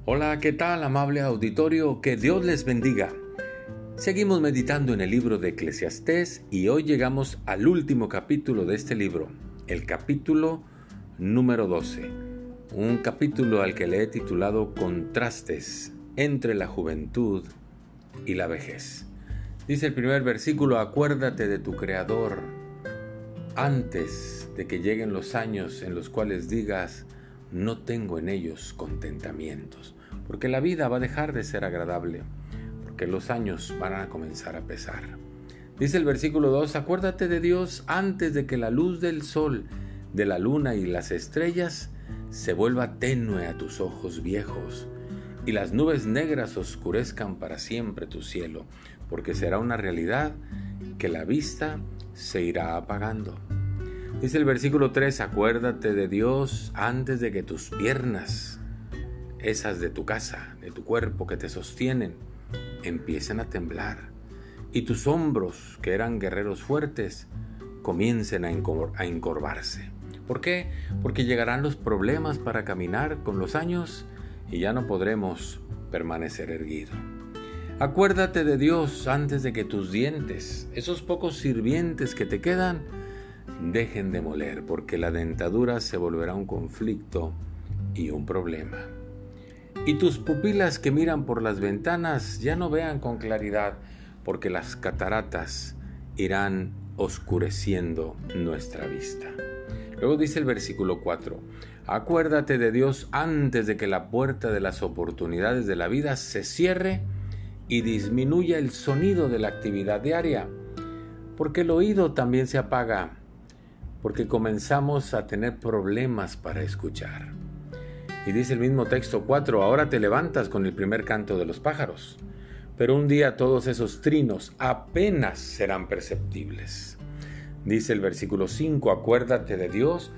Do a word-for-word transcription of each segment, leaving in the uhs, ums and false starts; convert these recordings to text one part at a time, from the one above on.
Hola, ¿qué tal, amable auditorio? Que Dios les bendiga. Seguimos meditando en el libro de Eclesiastés y hoy llegamos al último capítulo de este libro, el capítulo número doce, un capítulo al que le he titulado Contrastes entre la juventud y la vejez. Dice el primer versículo: acuérdate de tu Creador antes de que lleguen los años en los cuales digas, no tengo en ellos contentamientos, porque la vida va a dejar de ser agradable, porque los años van a comenzar a pesar. Dice el versículo dos, acuérdate de Dios antes de que la luz del sol, de la luna y las estrellas se vuelva tenue a tus ojos viejos, y las nubes negras oscurezcan para siempre tu cielo, porque será una realidad que la vista se irá apagando. Dice el versículo tres, acuérdate de Dios antes de que tus piernas, esas de tu casa, de tu cuerpo que te sostienen, empiecen a temblar, y tus hombros, que eran guerreros fuertes, comiencen a, encor- a encorvarse. ¿Por qué? Porque llegarán los problemas para caminar con los años y ya no podremos permanecer erguido. Acuérdate de Dios antes de que tus dientes, esos pocos sirvientes que te quedan, dejen de moler, porque la dentadura se volverá un conflicto y un problema. Y tus pupilas que miran por las ventanas ya no vean con claridad, porque las cataratas irán oscureciendo nuestra vista. Luego dice el versículo cuatro, acuérdate de Dios antes de que la puerta de las oportunidades de la vida se cierre y disminuya el sonido de la actividad diaria, porque el oído también se apaga, porque comenzamos a tener problemas para escuchar. Y dice el mismo texto cuatro, ahora te levantas con el primer canto de los pájaros, pero un día todos esos trinos apenas serán perceptibles. Dice el versículo cinco, acuérdate de Dios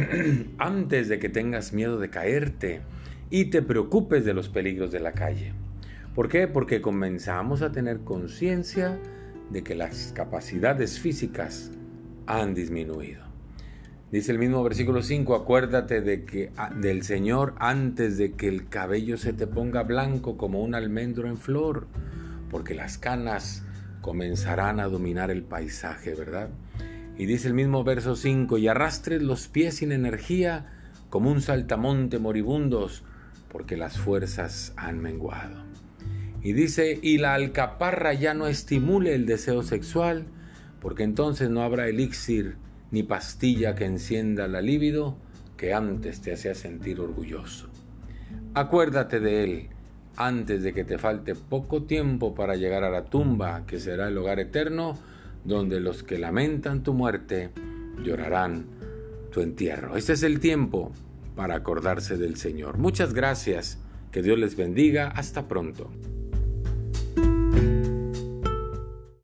antes de que tengas miedo de caerte y te preocupes de los peligros de la calle. ¿Por qué? Porque comenzamos a tener conciencia de que las capacidades físicas han disminuido. Dice el mismo versículo cinco, acuérdate de que, del Señor antes de que el cabello se te ponga blanco como un almendro en flor, porque las canas comenzarán a dominar el paisaje, ¿verdad? Y dice el mismo verso cinco, y arrastres los pies sin energía como un saltamonte moribundos, porque las fuerzas han menguado. Y dice, y la alcaparra ya no estimule el deseo sexual, porque entonces no habrá elixir ni pastilla que encienda la libido que antes te hacía sentir orgulloso. Acuérdate de Él antes de que te falte poco tiempo para llegar a la tumba, que será el hogar eterno, donde los que lamentan tu muerte llorarán tu entierro. Este es el tiempo para acordarse del Señor. Muchas gracias, que Dios les bendiga, hasta pronto.